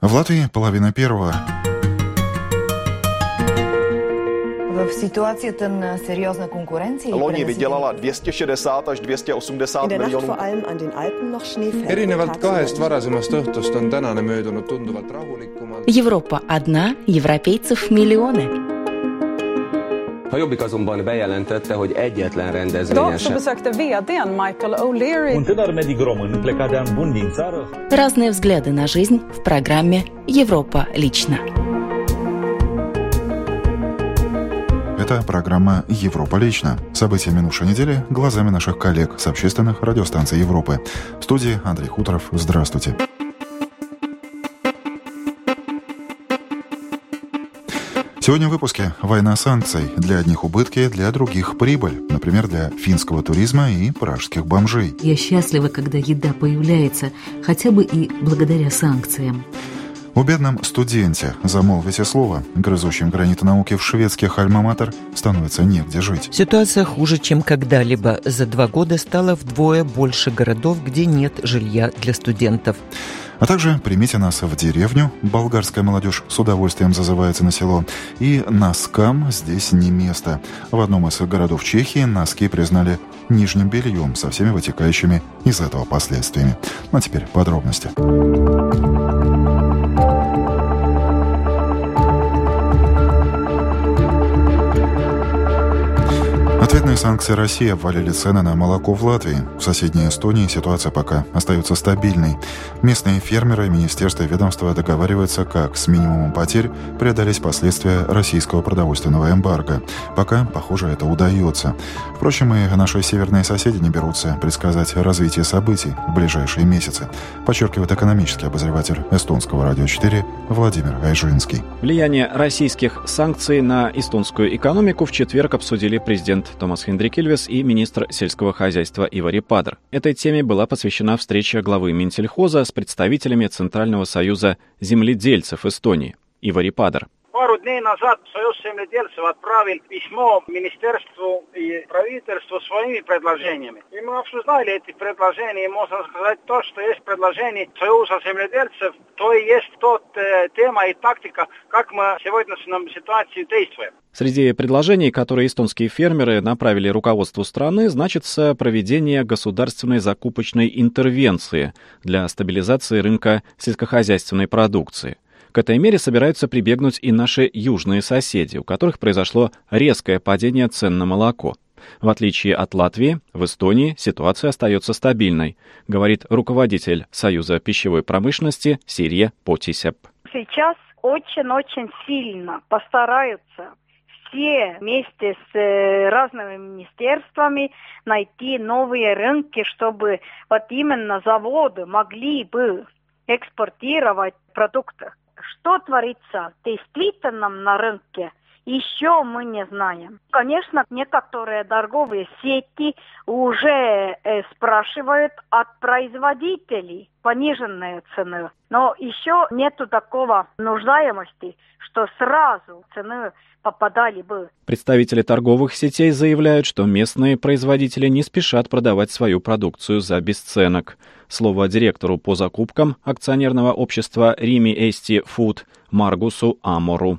В Латвии половина первого. Loni vydělala 260 až 280 miljonů. Erinevalt kahest varasemast õhtust on tänane möödunud tunduvalt rahulikumalt. Европа одна, европейцев миллионы. A Jobbik azonban bejelentette, hogy egyetlen rendezvényen sem. Разные взгляды на жизнь в программе «Европа лично». Это программа «Европа лично». События минувшей недели глазами наших коллег с общественных радиостанций Европы. В студии Андрей Хуторов. Здравствуйте. Сегодня в выпуске «Война санкций». Для одних убытки, для других прибыль. Например, для финского туризма и пражских бомжей. Я счастлива, когда еда появляется, хотя бы и благодаря санкциям. О бедном студенте, замолвите слово, грызущем граниты науки в шведских альма-матер, становится негде жить. Ситуация хуже, чем когда-либо. За 2 года стало вдвое больше городов, где нет жилья для студентов. А также примите нас в деревню, болгарская молодежь с удовольствием зазывается на село, и носкам здесь не место. В одном из городов Чехии носки признали нижним бельем со всеми вытекающими из этого последствиями. Ну а теперь подробности. Ответные санкции России обвалили цены на молоко в Латвии. В соседней Эстонии ситуация пока остается стабильной. Местные фермеры, министерства и ведомства договариваются, как с минимумом потерь преодолеть последствия российского продовольственного эмбарго. Пока, похоже, это удается. Впрочем, и наши северные соседи не берутся предсказать развитие событий в ближайшие месяцы, подчеркивает экономический обозреватель эстонского радио 4 Владимир Айжинский. Влияние российских санкций на эстонскую экономику в четверг обсудили президент Томас Хендрикильвес и министр сельского хозяйства Ивари Падр. Этой теме была посвящена встреча главы Минсельхоза с представителями Центрального союза земледельцев Эстонии. Ивари Падр. Пару дней назад Союз земледельцев отправил письмо министерству и правительству своими предложениями. И мы обсуждали эти предложения, и можно сказать то, что есть предложение Союза земледельцев, то и есть тот тема и тактика, как мы в сегодняшней ситуации действуем. Среди предложений, которые эстонские фермеры направили руководству страны, значится проведение государственной закупочной интервенции для стабилизации рынка сельскохозяйственной продукции. К этой мере собираются прибегнуть и наши южные соседи, у которых произошло резкое падение цен на молоко. В отличие от Латвии, в Эстонии ситуация остается стабильной, говорит руководитель Союза пищевой промышленности Сирья Потисеп. Сейчас очень-очень сильно постараются все вместе с разными министерствами найти новые рынки, чтобы вот именно заводы могли бы экспортировать продукты. Что творится действительно на рынке, еще мы не знаем. Конечно, некоторые торговые сети уже спрашивают от производителей пониженные цены. Но еще нету такого нуждаемости, что сразу цены попадали бы. Представители торговых сетей заявляют, что местные производители не спешат продавать свою продукцию за бесценок. Слово директору по закупкам акционерного общества Rimi Eesti Food Маргусу Амору.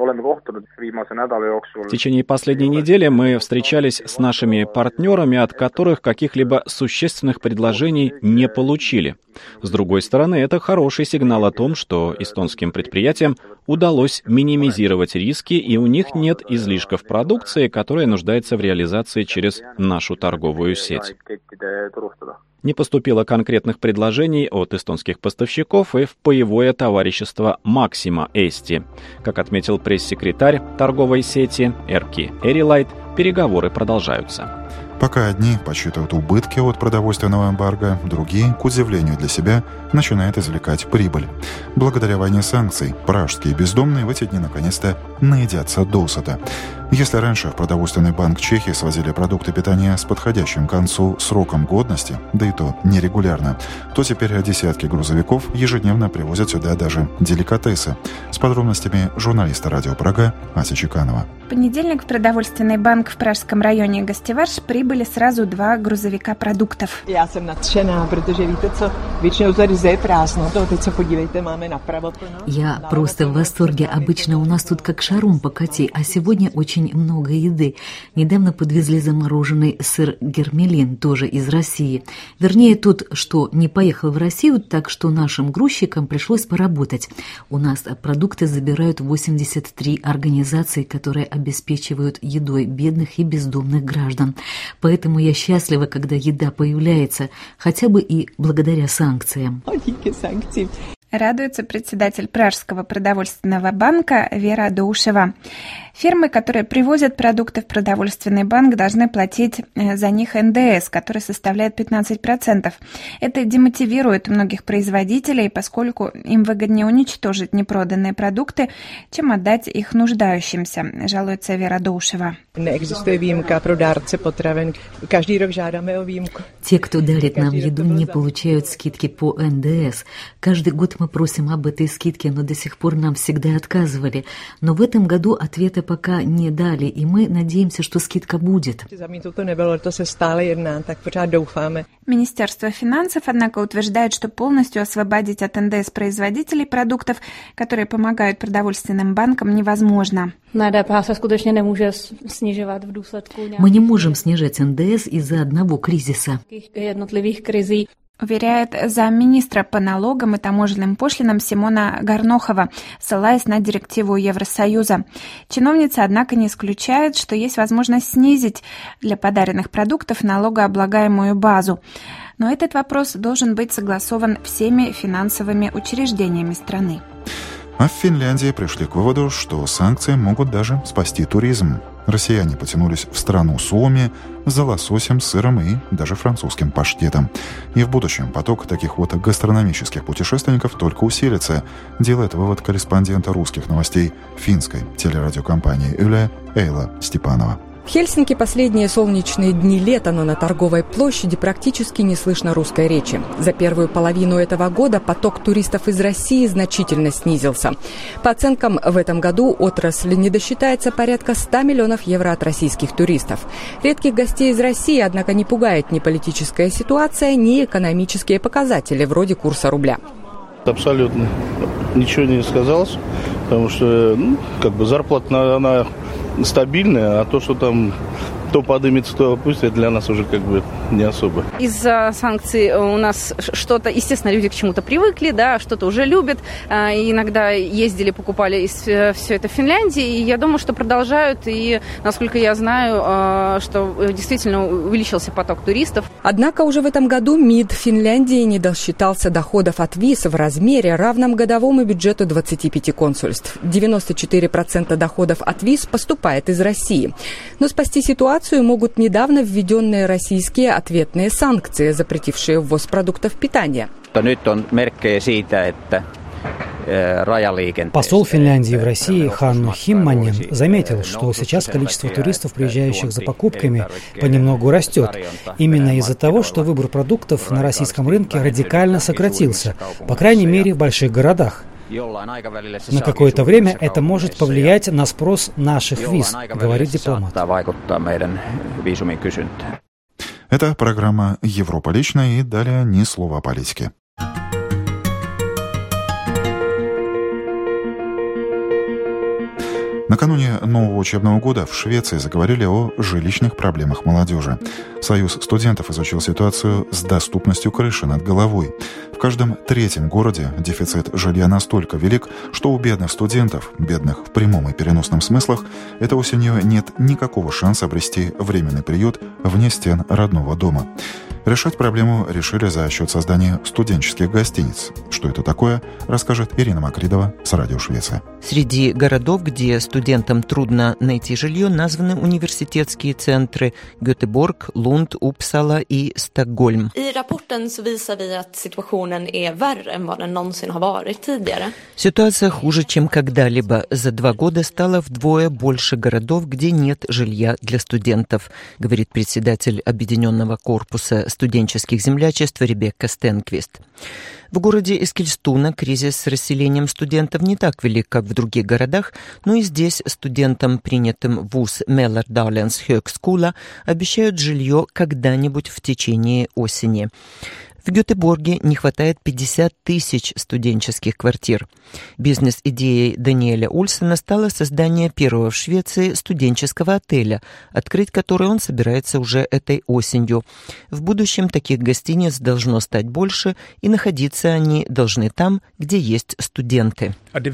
В течение последней недели мы встречались с нашими партнерами, от которых каких-либо существенных предложений не получили. С другой стороны, это хороший сигнал о том, что эстонским предприятиям удалось минимизировать риски, и у них нет излишков продукции, которая нуждается в реализации через нашу торговую сеть. Не поступило конкретных предложений от эстонских поставщиков и в паевое товарищество «Максима Эсти». Как отметил пресс-секретарь торговой сети Эрки Эрилайт, переговоры продолжаются. Пока одни подсчитывают убытки от продовольственного эмбарго, другие, к удивлению для себя, начинают извлекать прибыль. Благодаря войне санкций пражские бездомные в эти дни наконец-то наедятся досыта. Если раньше в продовольственный банк Чехии свозили продукты питания с подходящим к концу сроком годности, да и то нерегулярно, то теперь десятки грузовиков ежедневно привозят сюда даже деликатесы. С подробностями журналиста радио Прага Ася Чеканова. В понедельник в продовольственный банк в пражском районе Гостеварш прибыли сразу 2 грузовика продуктов. Я jsem nadšená, protože víte co, většinou tady zde je prázdno, teď se podívejte, máme napravo plno. Я просто в восторге. Обычно у нас тут как шаром покати, а сегодня очень много еды. Недавно подвезли замороженный сыр гермелин, тоже из России. Вернее, тот, что не поехал в Россию, так что нашим грузчикам пришлось поработать. У нас продукты забирают 83 организации, которые обеспечивают едой бедных и бездомных граждан. Поэтому я счастлива, когда еда появляется, хотя бы и благодаря санкциям. Радуется председатель Пражского продовольственного банка Вера Доушева. Фирмы, которые привозят продукты в продовольственный банк, должны платить за них НДС, который составляет 15%. Это демотивирует многих производителей, поскольку им выгоднее уничтожить непроданные продукты, чем отдать их нуждающимся, жалуется Вера Доушева. Те, кто дарит нам еду, не получают скидки по НДС. Каждый год мы просим об этой скидке, но до сих пор нам всегда отказывали. Но в этом году ответа пока не дали, и мы надеемся, что скидка будет. Министерство финансов, однако, утверждает, что полностью освободить от НДС производителей продуктов, которые помогают продовольственным банкам, невозможно. Мы не можем снижать НДС из-за одного кризиса. Уверяет замминистра по налогам и таможенным пошлинам Симона Горнохова, ссылаясь на директиву Евросоюза. Чиновница, однако, не исключает, что есть возможность снизить для подаренных продуктов налогооблагаемую базу. Но этот вопрос должен быть согласован всеми финансовыми учреждениями страны. А в Финляндии пришли к выводу, что санкции могут даже спасти туризм. Россияне потянулись в страну Суоми за лососем, сыром и даже французским паштетом. И в будущем поток таких вот гастрономических путешественников только усилится, делает вывод корреспондента русских новостей финской телерадиокомпании Yle Эйла Степанова. В Хельсинки последние солнечные дни лета, но на торговой площади практически не слышно русской речи. За первую половину этого года поток туристов из России значительно снизился. По оценкам, в этом году отрасль не досчитается порядка 100 миллионов евро от российских туристов. Редких гостей из России, однако, не пугает ни политическая ситуация, ни экономические показатели, вроде курса рубля. Абсолютно ничего не сказалось, потому что зарплата, она стабильная, а то, что там то подымется, то опустится, для нас уже не особо. Из-за санкций у нас что-то, естественно, люди к чему-то привыкли, да, что-то уже любят. И иногда ездили, покупали все это в Финляндии. И я думаю, что продолжают. И, насколько я знаю, что действительно увеличился поток туристов. Однако уже в этом году МИД Финляндии не досчитался доходов от виз в размере, равном годовому бюджету 25 консульств. 94% доходов от виз поступает из России. Но спасти ситуацию могут недавно введенные российские ответные санкции, запретившие ввоз продуктов питания. Посол Финляндии в России Ханну Химманен заметил, что сейчас количество туристов, приезжающих за покупками, понемногу растет. Именно из-за того, что выбор продуктов на российском рынке радикально сократился, по крайней мере в больших городах. На какое-то время это может повлиять на спрос наших виз, говорит дипломат. Это программа «Европа лично», и далее ни слова о политике. Накануне нового учебного года в Швеции заговорили о жилищных проблемах молодежи. Союз студентов изучил ситуацию с доступностью крыши над головой. В каждом третьем городе дефицит жилья настолько велик, что у бедных студентов, бедных в прямом и переносном смыслах, этой осенью нет никакого шанса обрести временный приют вне стен родного дома. Решать проблему решили за счет создания студенческих гостиниц. Что это такое, расскажет Ирина Макридова с Радио Швеция. Среди городов, где студентам трудно найти жилье, названы университетские центры Göteborg, Lund, Uppsala и Стокгольм. I rapporten så visar vi att situationen är värre än vad den någonsin har varit tidigare. Ситуация хуже, чем когда-либо. За 2 года стало вдвое больше городов, где нет жилья для студентов, говорит председатель Объединенного корпуса студенческих землячеств Ребекка Стенквист. В городе Эскильстуна кризис с расселением студентов не так велик, как в других городах, но и здесь студентам, принятым в вуз Mälardalens högskola, обещают жилье когда-нибудь в течение осени. В Гетеборге не хватает 50 тысяч студенческих квартир. Бизнес-идеей Даниэля Ульсена стало создание первого в Швеции студенческого отеля, открыть который он собирается уже этой осенью. В будущем таких гостиниц должно стать больше, и находиться они должны там, где есть студенты.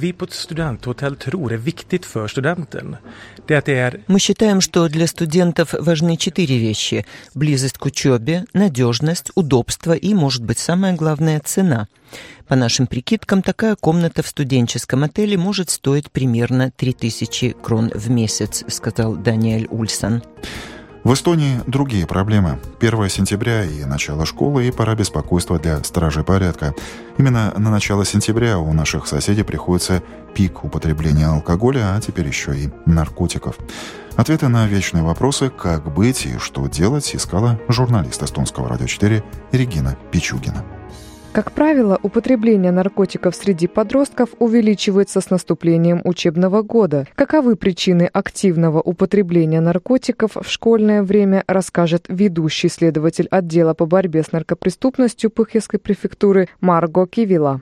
Мы считаем, что для студентов важны 4 вещи: близость к учебе, надежность, удобство и, может быть, самое главное, цена. По нашим прикидкам, такая комната в студенческом отеле может стоить примерно 3000 крон в месяц, сказал Даниэль Ульсен. В Эстонии другие проблемы. 1 сентября и начало школы, и пора беспокойства для стражей порядка. Именно на начало сентября у наших соседей приходится пик употребления алкоголя, а теперь еще и наркотиков. Ответы на вечные вопросы, как быть и что делать, искала журналист эстонского радио 4 Регина Пичугина. Как правило, употребление наркотиков среди подростков увеличивается с наступлением учебного года. Каковы причины активного употребления наркотиков в школьное время, расскажет ведущий следователь отдела по борьбе с наркопреступностью Põhjaской префектуры Марго Кивила.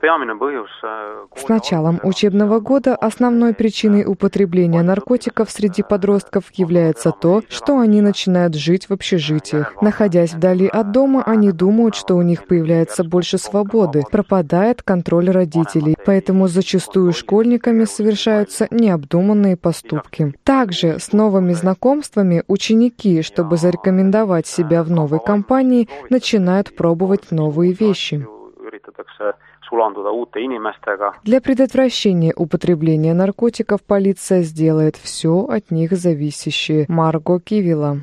С началом учебного года основной причиной употребления наркотиков среди подростков является то, что они начинают жить в общежитиях. Находясь вдали от дома, они думают, что у них появляется больше свободы, пропадает контроль родителей, поэтому зачастую школьниками совершаются необдуманные поступки. Также с новыми знакомствами ученики, чтобы зарекомендовать себя в новой компании, начинают пробовать новые вещи. Для предотвращения употребления наркотиков полиция сделает все от них зависящее. Марго Кивила.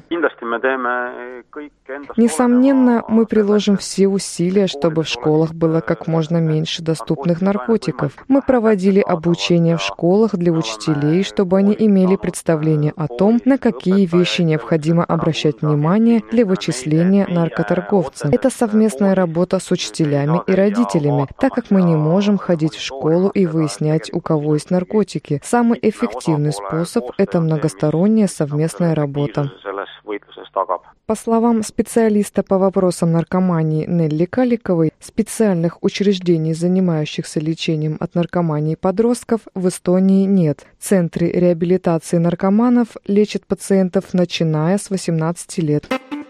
Несомненно, мы приложим все усилия, чтобы в школах было как можно меньше доступных наркотиков. Мы проводили обучение в школах для учителей, чтобы они имели представление о том, на какие вещи необходимо обращать внимание для вычисления наркоторговца. Это совместная работа с учителями и родителями, так как мы не можем ходить в школу и выяснять, у кого есть наркотики. Самый эффективный способ – это многосторонняя совместная работа. По словам специалиста по вопросам наркомании Нелли Каликовой, специальных учреждений, занимающихся лечением от наркомании подростков, в Эстонии нет. Центры реабилитации наркоманов лечат пациентов, начиная с 18 лет.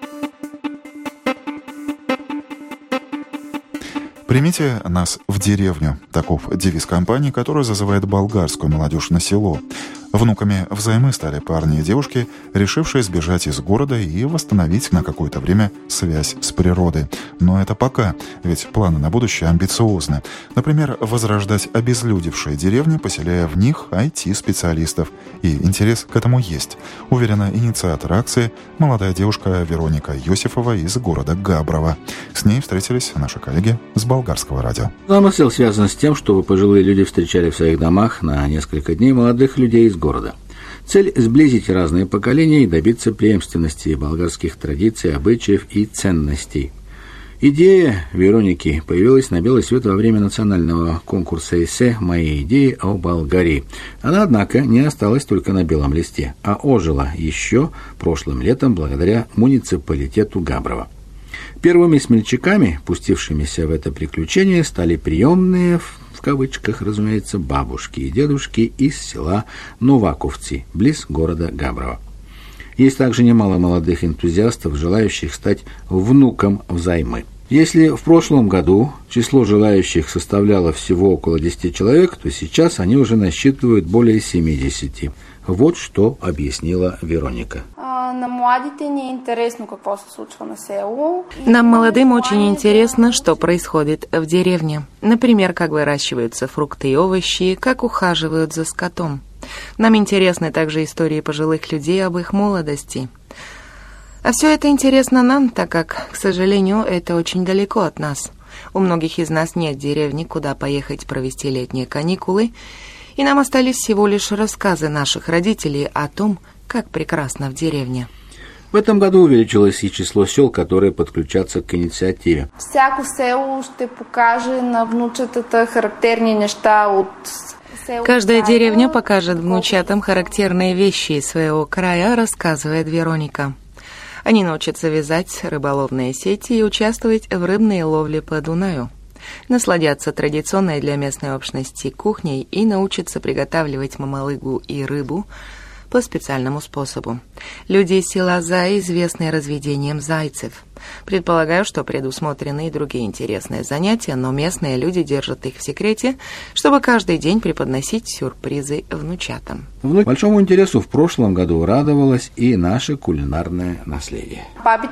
«Примите нас в деревню» – таков девиз компании, которая зазывает болгарскую молодежь на село. Внуками взаймы стали парни и девушки, решившие сбежать из города и восстановить на какое-то время связь с природой. Но это пока, ведь планы на будущее амбициозны. Например, возрождать обезлюдевшие деревни, поселяя в них IT-специалистов. И интерес к этому есть, уверена инициатор акции, молодая девушка Вероника Йосифова из города Габрово. С ней встретились наши коллеги с болгарского радио. Замысел связан с тем, чтобы пожилые люди встречали в своих домах на несколько дней молодых людей из города. Цель – сблизить разные поколения и добиться преемственности болгарских традиций, обычаев и ценностей. Идея Вероники появилась на белый свет во время национального конкурса эссе «Мои идеи о Болгарии». Она, однако, не осталась только на белом листе, а ожила еще прошлым летом благодаря муниципалитету Габрово. Первыми смельчаками, пустившимися в это приключение, стали приемные, в кавычках, разумеется, бабушки и дедушки из села Новаковцы, близ города Габрово. Есть также немало молодых энтузиастов, желающих стать внуком взаймы. Если в прошлом году число желающих составляло всего около 10 человек, то сейчас они уже насчитывают более 70. Вот что объяснила Вероника. Нам, молодым, очень интересно, что происходит в деревне. Например, как выращиваются фрукты и овощи, как ухаживают за скотом. Нам интересны также истории пожилых людей об их молодости. А все это интересно нам, так как, к сожалению, это очень далеко от нас. У многих из нас нет деревни, куда поехать провести летние каникулы, и нам остались всего лишь рассказы наших родителей о том, как прекрасно в деревне. В этом году увеличилось и число сел, которые подключатся к инициативе. Каждая деревня покажет внучатам характерные вещи из своего края, рассказывает Вероника. Они научатся вязать рыболовные сети и участвовать в рыбной ловле по Дунаю. Насладятся традиционной для местной общности кухней и научатся приготавливать мамалыгу и рыбу по специальному способу. Люди из села Зай известны разведением зайцев. Предполагаю, что предусмотрены и другие интересные занятия, но местные люди держат их в секрете, чтобы каждый день преподносить сюрпризы внучатам. Большому интересу в прошлом году радовалось и наше кулинарное наследие.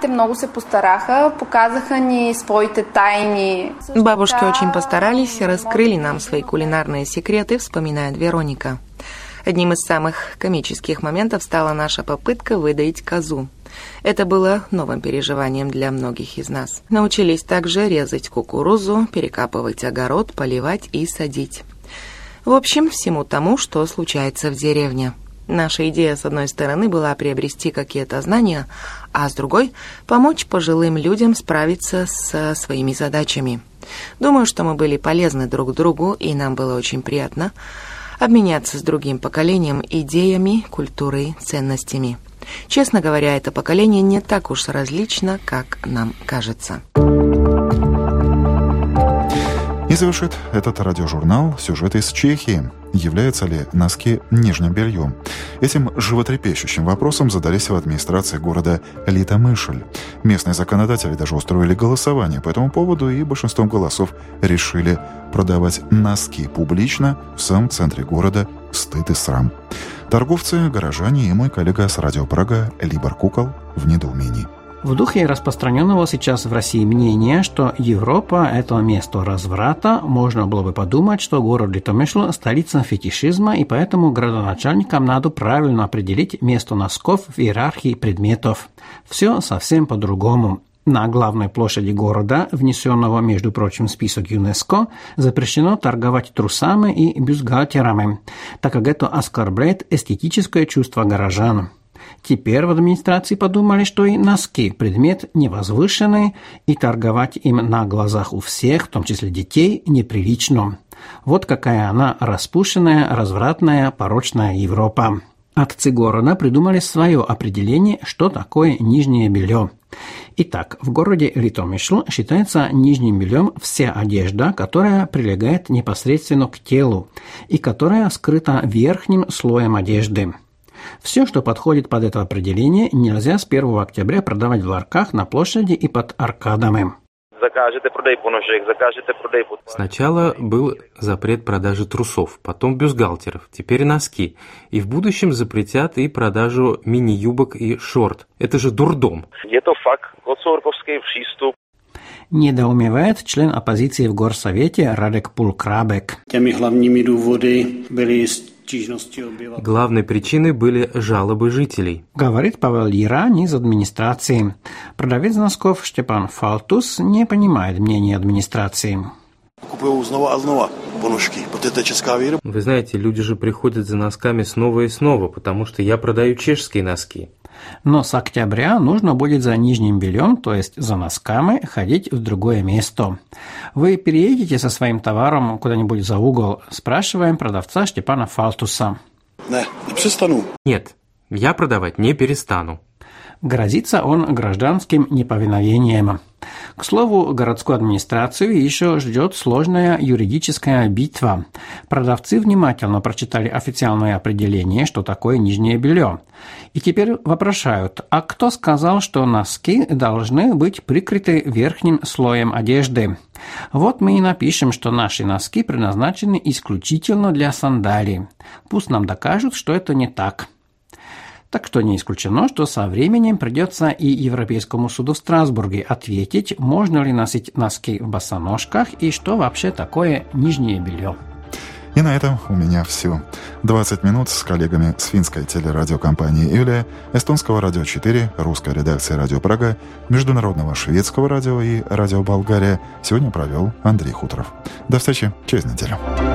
Бабушки очень постарались и раскрыли нам свои кулинарные секреты, вспоминает Вероника. Одним из самых комических моментов стала наша попытка выдоить козу. Это было новым переживанием для многих из нас. Научились также резать кукурузу, перекапывать огород, поливать и садить. В общем, всему тому, что случается в деревне. Наша идея, с одной стороны, была приобрести какие-то знания, а с другой – помочь пожилым людям справиться со своими задачами. Думаю, что мы были полезны друг другу, и нам было очень приятно обменяться с другим поколением идеями, культурой, ценностями. Честно говоря, это поколение не так уж различно, как нам кажется. И завершит этот радиожурнал сюжет из Чехии. Являются ли носки нижним бельем? Этим животрепещущим вопросом задались в администрации города Литомышль. Местные законодатели даже устроили голосование по этому поводу и большинством голосов решили продавать носки публично в самом центре города. Стыд и срам. Торговцы, горожане и мой коллега с радио Прага Либор Кукол в недоумении. В духе распространенного сейчас в России мнения, что Европа – это место разврата, можно было бы подумать, что город Литомышль – столица фетишизма, и поэтому градоначальникам надо правильно определить место носков в иерархии предметов. Все совсем по-другому. На главной площади города, внесенного, между прочим, в список ЮНЕСКО, запрещено торговать трусами и бюстгальтерами, так как это оскорбляет эстетическое чувство горожан. Теперь в администрации подумали, что и носки – предмет невозвышенный, и торговать им на глазах у всех, в том числе детей, неприлично. Вот какая она распущенная, развратная, порочная Европа. Отцы города придумали свое определение, что такое нижнее белье. Итак, в городе Литомышль считается нижним бельем вся одежда, которая прилегает непосредственно к телу и которая скрыта верхним слоем одежды. Все, что подходит под это определение, нельзя с 1 октября продавать в ларьках на площади и под аркадами. Сначала был запрет продажи трусов, потом бюстгальтеров, теперь носки. И в будущем запретят и продажу мини-юбок и шорт. Это же дурдом. Недоумевает член оппозиции в горсовете Радек Пулкрабек. Главной причиной были жалобы жителей. Говорит Павел Лирань из администрации. Продавец носков Штепан Фалтус не понимает мнения администрации. Вы знаете, люди же приходят за носками снова и снова, потому что я продаю чешские носки. Но с октября нужно будет за нижним бельем, то есть за носками, ходить в другое место. Вы переедете со своим товаром куда-нибудь за угол, спрашиваем продавца Штепана Фалтуса. Нет, я продавать не перестану. Грозится он гражданским неповиновением. К слову, городскую администрацию еще ждет сложная юридическая битва. Продавцы внимательно прочитали официальное определение, что такое нижнее белье. И теперь вопрошают, а кто сказал, что носки должны быть прикрыты верхним слоем одежды? Вот мы и напишем, что наши носки предназначены исключительно для сандалий. Пусть нам докажут, что это не так. Так что не исключено, что со временем придется и Европейскому суду в Страсбурге ответить, можно ли носить носки в босоножках и что вообще такое нижнее белье. И на этом у меня все. 20 минут с коллегами с финской телерадиокомпании «Юлия», эстонского радио 4, русской редакции «Радио Прага», международного шведского радио и «Радио Болгария» сегодня провел Андрей Хуторов. До встречи через неделю.